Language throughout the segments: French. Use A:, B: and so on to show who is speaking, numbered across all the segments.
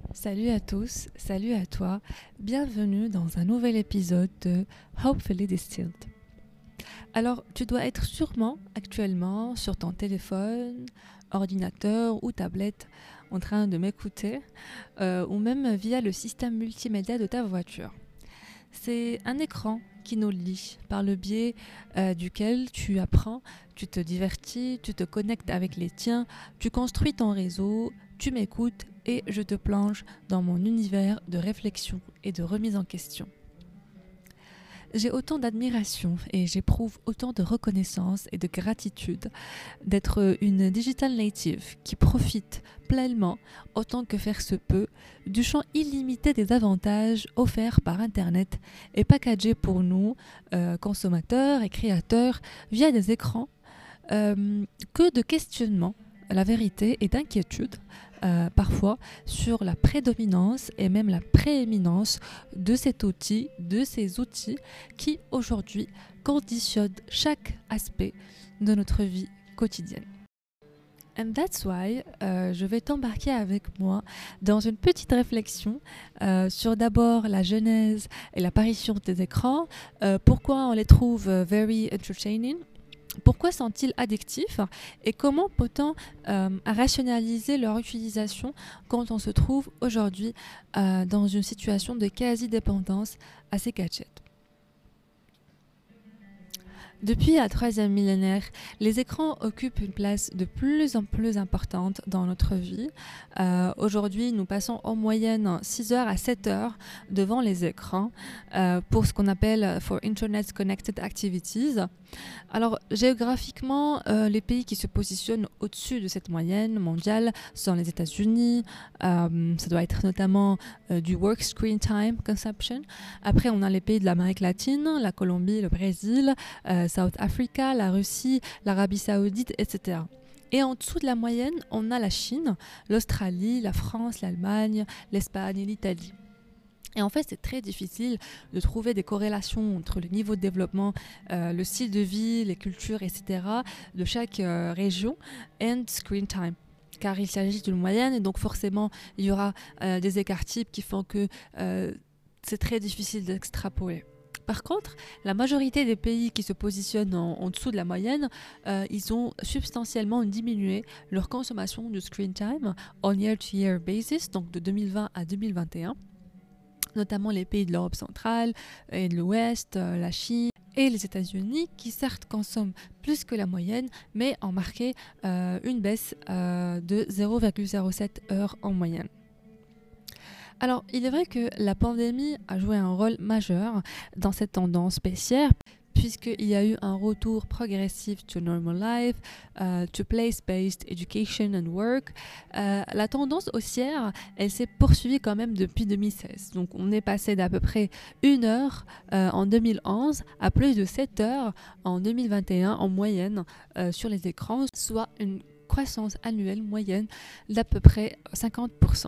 A: Salut à tous, salut à toi, bienvenue dans un nouvel épisode de Hopefully Distilled. Alors, tu dois être sûrement actuellement sur ton téléphone, ordinateur ou tablette en train de m'écouter ou même via le système multimédia de ta voiture. C'est un écran qui nous lie par le biais duquel tu apprends, tu te divertis, tu te connectes avec les tiens, tu construis ton réseau, tu m'écoutes et je te plonge dans mon univers de réflexion et de remise en question. J'ai autant d'admiration et j'éprouve autant de reconnaissance et de gratitude d'être une digital native qui profite pleinement, autant que faire se peut, du champ illimité des avantages offerts par Internet et packagés pour nous, consommateurs et créateurs, via des écrans, que de questionnements, la vérité et d'inquiétude, parfois sur la prédominance et même la prééminence de ces outils qui aujourd'hui conditionnent chaque aspect de notre vie quotidienne. And that's why je vais t'embarquer avec moi dans une petite réflexion sur d'abord la genèse et l'apparition des écrans, pourquoi on les trouve very entertaining. Pourquoi sont-ils addictifs et comment peut-on rationaliser leur utilisation quand on se trouve aujourd'hui dans une situation de quasi-dépendance à ces gadgets? Depuis la troisième millénaire, les écrans occupent une place de plus en plus importante dans notre vie. Aujourd'hui, nous passons en moyenne 6 heures à 7 heures devant les écrans pour ce qu'on appelle for Internet Connected Activities. Alors, géographiquement, les pays qui se positionnent au-dessus de cette moyenne mondiale sont les États-Unis. Ça doit être notamment du work screen time consumption. Après, on a les pays de l'Amérique latine, la Colombie, le Brésil, South Africa, la Russie, l'Arabie Saoudite, etc. Et en dessous de la moyenne, on a la Chine, l'Australie, la France, l'Allemagne, l'Espagne et l'Italie. Et en fait, c'est très difficile de trouver des corrélations entre le niveau de développement, le style de vie, les cultures, etc. de chaque région and screen time. Car il s'agit d'une moyenne et donc forcément, il y aura des écarts types qui font que c'est très difficile d'extrapoler. Par contre, la majorité des pays qui se positionnent en dessous de la moyenne, ils ont substantiellement diminué leur consommation de screen time on year-to-year basis, donc de 2020 à 2021. Notamment les pays de l'Europe centrale et de l'Ouest, la Chine et les États-Unis qui certes consomment plus que la moyenne mais ont marqué une baisse de 0,07 heures en moyenne. Alors, il est vrai que la pandémie a joué un rôle majeur dans cette tendance baissière, puisqu'il y a eu un retour progressif to normal life, to place-based education and work. La tendance haussière, elle s'est poursuivie quand même depuis 2016. Donc, on est passé d'à peu près 1 heure en 2011 à plus de 7 heures en 2021 en moyenne sur les écrans, soit une croissance annuelle moyenne d'à peu près 50%.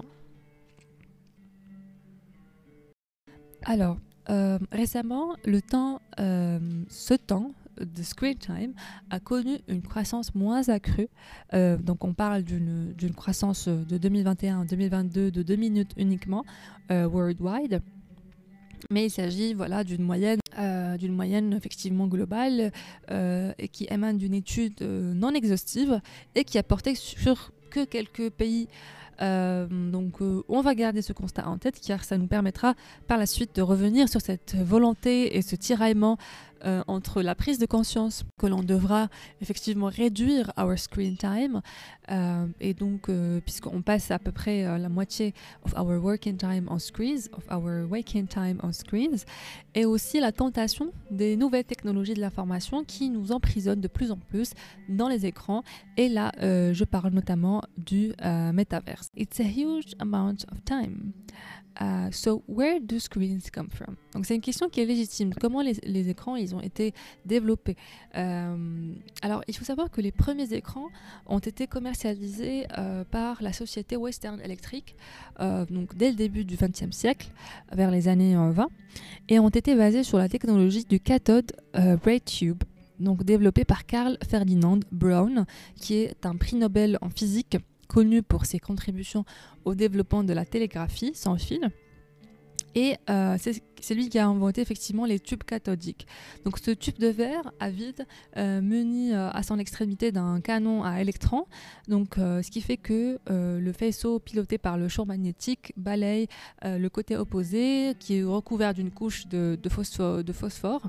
A: Alors, récemment, ce temps de screen time a connu une croissance moins accrue. Donc, on parle d'une croissance de 2021 à 2022 de 2 minutes uniquement worldwide. Mais il s'agit d'une moyenne effectivement globale et qui émane d'une étude non exhaustive et qui a porté sur que quelques pays. On va garder ce constat en tête car ça nous permettra par la suite de revenir sur cette volonté et ce tiraillement entre la prise de conscience que l'on devra effectivement réduire our screen time et donc puisqu'on passe à peu près la moitié of our working time on screens, of our waking time on screens, et aussi la tentation des nouvelles technologies de l'information qui nous emprisonnent de plus en plus dans les écrans. Et là, je parle notamment du metaverse. It's a huge amount of time. So where do screens come from? Donc c'est une question qui est légitime. Comment les écrans ils ont été développés? Alors il faut savoir que les premiers écrans ont été commercialisés par la société Western Electric donc dès le début du XXe siècle, vers les années 20, et ont été basés sur la technologie du cathode ray tube, donc développé par Carl Ferdinand Braun, qui est un prix Nobel en physique connu pour ses contributions au développement de la télégraphie sans fil. Et c'est lui qui a inventé effectivement les tubes cathodiques. Donc ce tube de verre à vide muni à son extrémité d'un canon à électrons. Donc ce qui fait que le faisceau piloté par le champ magnétique balaye le côté opposé qui est recouvert d'une couche de phosphore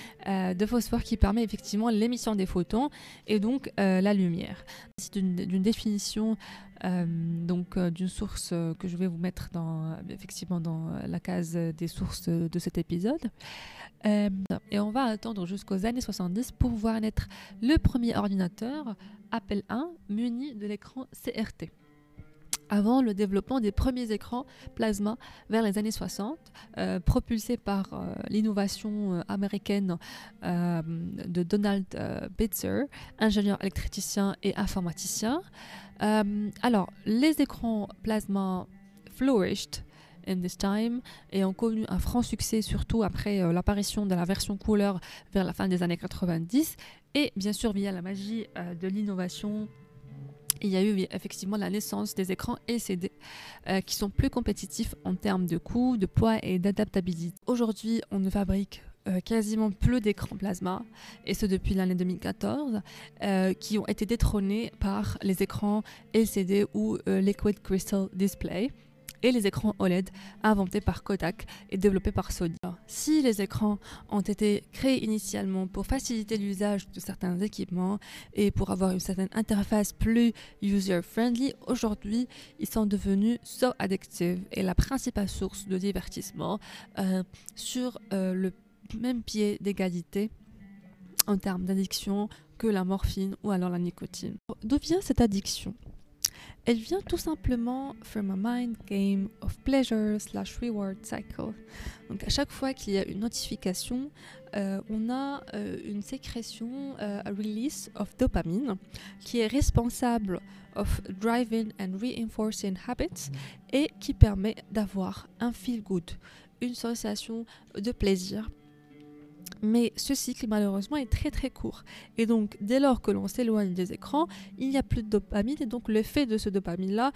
A: qui permet effectivement l'émission des photons et donc la lumière. C'est d'une définition d'une source que je vais vous mettre effectivement dans la case des sources de cet épisode. Et on va attendre jusqu'aux années 70 pour voir naître le premier ordinateur Apple I muni de l'écran CRT. Avant le développement des premiers écrans plasma vers les années 60, propulsés par l'innovation américaine de Donald Bitzer, ingénieur électricien et informaticien. Alors, les écrans plasma flourished in this time et ont connu un franc succès, surtout après l'apparition de la version couleur vers la fin des années 90. Et bien sûr, via la magie de l'innovation, il y a eu effectivement la naissance des écrans LCD qui sont plus compétitifs en termes de coût, de poids et d'adaptabilité. Aujourd'hui, on ne fabrique quasiment plus d'écrans plasma, et ce depuis l'année 2014, qui ont été détrônés par les écrans LCD ou Liquid Crystal Display et les écrans OLED inventés par Kodak et développés par Sony. Alors, si les écrans ont été créés initialement pour faciliter l'usage de certains équipements et pour avoir une certaine interface plus user-friendly, aujourd'hui, ils sont devenus so addictive et la principale source de divertissement sur le même pied d'égalité en termes d'addiction que la morphine ou alors la nicotine. D'où vient cette addiction ? Elle vient tout simplement from a mind game of pleasure/reward cycle. Donc à chaque fois qu'il y a une notification, on a une sécrétion, a release of dopamine, qui est responsable of driving and reinforcing habits et qui permet d'avoir un feel good, une sensation de plaisir. Mais ce cycle, malheureusement, est très très court. Et donc, dès lors que l'on s'éloigne des écrans, il n'y a plus de dopamine. Et donc, l'effet de ce dopamine-là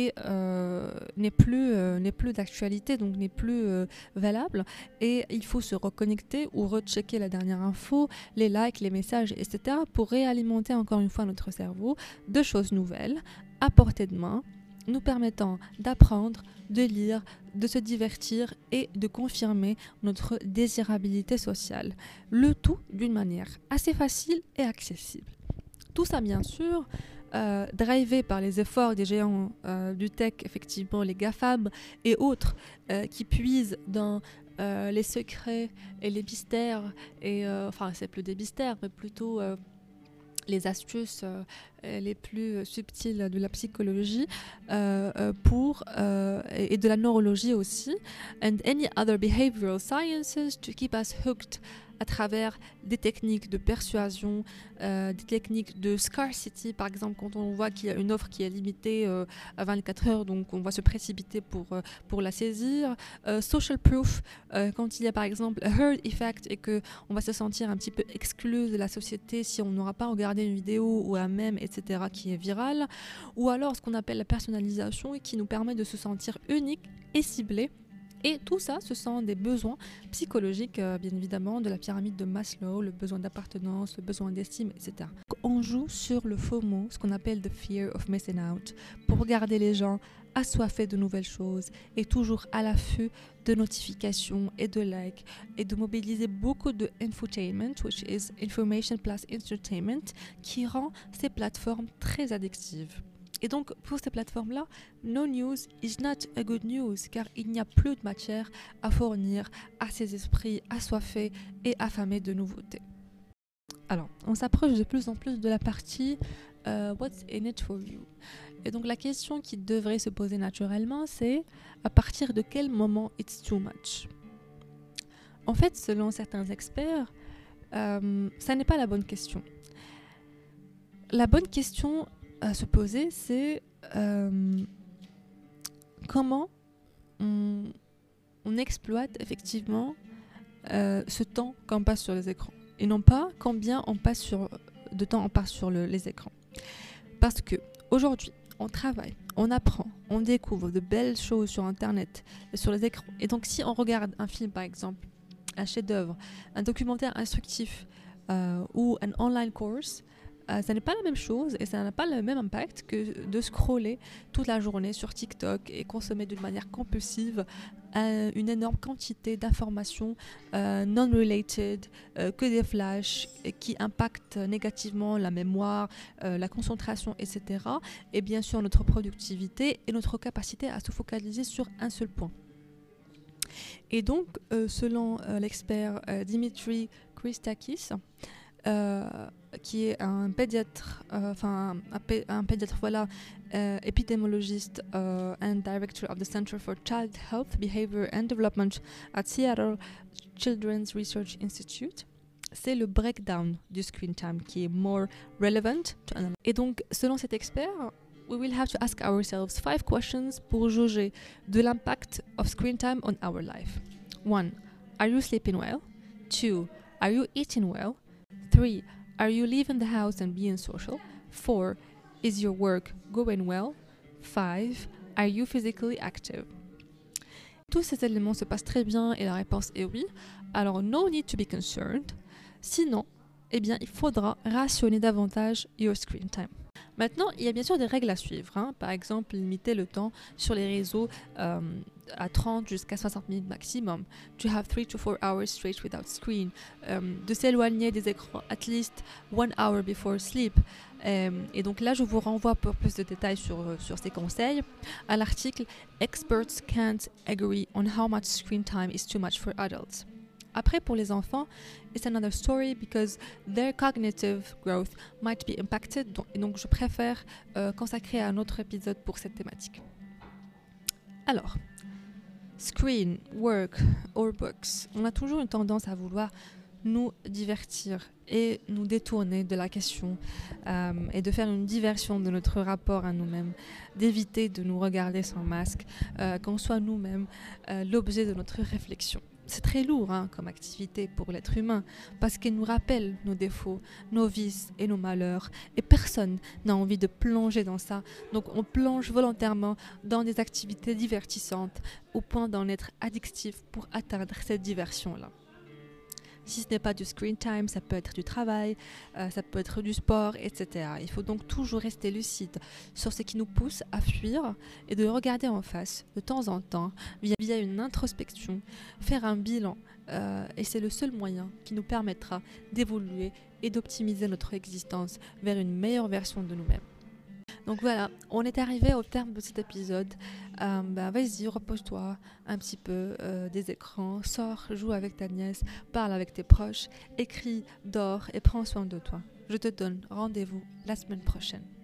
A: n'est plus d'actualité, donc n'est plus valable. Et il faut se reconnecter ou rechecker la dernière info, les likes, les messages, etc. pour réalimenter encore une fois notre cerveau de choses nouvelles, à portée de main, nous permettant d'apprendre, de lire, de se divertir et de confirmer notre désirabilité sociale. Le tout d'une manière assez facile et accessible. Tout ça, bien sûr, drivé par les efforts des géants du tech, effectivement les GAFAM et autres, qui puisent dans les secrets et les mystères, enfin c'est plus des mystères, mais plutôt les astuces les plus subtiles de la psychologie et de la neurologie aussi, and any other behavioral sciences to keep us hooked à travers des techniques de persuasion, des techniques de scarcity, par exemple quand on voit qu'il y a une offre qui est limitée à 24 heures, donc on va se précipiter pour la saisir, social proof, quand il y a par exemple a herd effect et qu'on va se sentir un petit peu exclu de la société si on n'aura pas regardé une vidéo ou un mème, etc. qui est viral, ou alors ce qu'on appelle la personnalisation et qui nous permet de se sentir unique et ciblé. Et tout ça, ce sont des besoins psychologiques, bien évidemment, de la pyramide de Maslow, le besoin d'appartenance, le besoin d'estime, etc. On joue sur le FOMO, ce qu'on appelle the fear of missing out, pour garder les gens assoiffés de nouvelles choses et toujours à l'affût de notifications et de likes, et de mobiliser beaucoup de infotainment, which is information plus entertainment, qui rend ces plateformes très addictives. Et donc, pour ces plateformes-là, no news is not a good news, car il n'y a plus de matière à fournir à ces esprits assoiffés et affamés de nouveautés. Alors, on s'approche de plus en plus de la partie What's in it for you? Et donc, la question qui devrait se poser naturellement, c'est à partir de quel moment it's too much? En fait, selon certains experts, ça n'est pas la bonne question. La bonne question à se poser, c'est comment on exploite effectivement ce temps qu'on passe sur les écrans, et non pas combien de temps on passe sur les écrans. Parce que aujourd'hui, on travaille, on apprend, on découvre de belles choses sur Internet, sur les écrans. Et donc si on regarde un film par exemple, un chef-d'œuvre, un documentaire instructif ou un online course, ça n'est pas la même chose et ça n'a pas le même impact que de scroller toute la journée sur TikTok et consommer d'une manière compulsive une énorme quantité d'informations non-related, que des flashs qui impactent négativement la mémoire, la concentration, etc. Et bien sûr notre productivité et notre capacité à se focaliser sur un seul point. Et donc, selon l'expert Dimitri Christakis, qui est un pédiatre, un pédiatre, épidémiologiste and director of the Center for Child Health, Behavior and Development at Seattle Children's Research Institute. C'est le breakdown du screen time qui est more relevant to analyze. Et donc, selon cet expert, we will have to ask ourselves 5 questions pour jauger de l'impact of screen time on our life. 1. Are you sleeping well? 2. Are you eating well? 3. Are you leaving the house and being social? 4. Is your work going well? 5. Are you physically active? Tous ces éléments se passent très bien et la réponse est oui. Alors, no need to be concerned. Sinon, eh bien, il faudra rationner davantage your screen time. Maintenant, il y a bien sûr des règles à suivre. Par exemple, limiter le temps sur les réseaux à 30 jusqu'à 60 minutes maximum. To have 3 to 4 hours straight without screen. De s'éloigner des écrans at least 1 hour before sleep. Et donc là, je vous renvoie pour plus de détails sur ces conseils à l'article « Experts can't agree on how much screen time is too much for adults ». Après, pour les enfants, it's another story because their cognitive growth might be impacted. Et donc, je préfère consacrer un autre épisode pour cette thématique. Alors, screen, work or books. On a toujours une tendance à vouloir nous divertir et nous détourner de la question et de faire une diversion de notre rapport à nous-mêmes, d'éviter de nous regarder sans masque, qu'on soit nous-mêmes l'objet de notre réflexion. C'est très lourd comme activité pour l'être humain parce qu'elle nous rappelle nos défauts, nos vices et nos malheurs. Et personne n'a envie de plonger dans ça. Donc on plonge volontairement dans des activités divertissantes au point d'en être addictif pour atteindre cette diversion-là. Si ce n'est pas du screen time, ça peut être du travail, ça peut être du sport, etc. Il faut donc toujours rester lucide sur ce qui nous pousse à fuir et de regarder en face de temps en temps via une introspection, faire un bilan et c'est le seul moyen qui nous permettra d'évoluer et d'optimiser notre existence vers une meilleure version de nous-mêmes. Donc voilà, on est arrivé au terme de cet épisode. Vas-y, repose-toi un petit peu des écrans, sors, joue avec ta nièce, parle avec tes proches, écris, dors et prends soin de toi. Je te donne rendez-vous la semaine prochaine.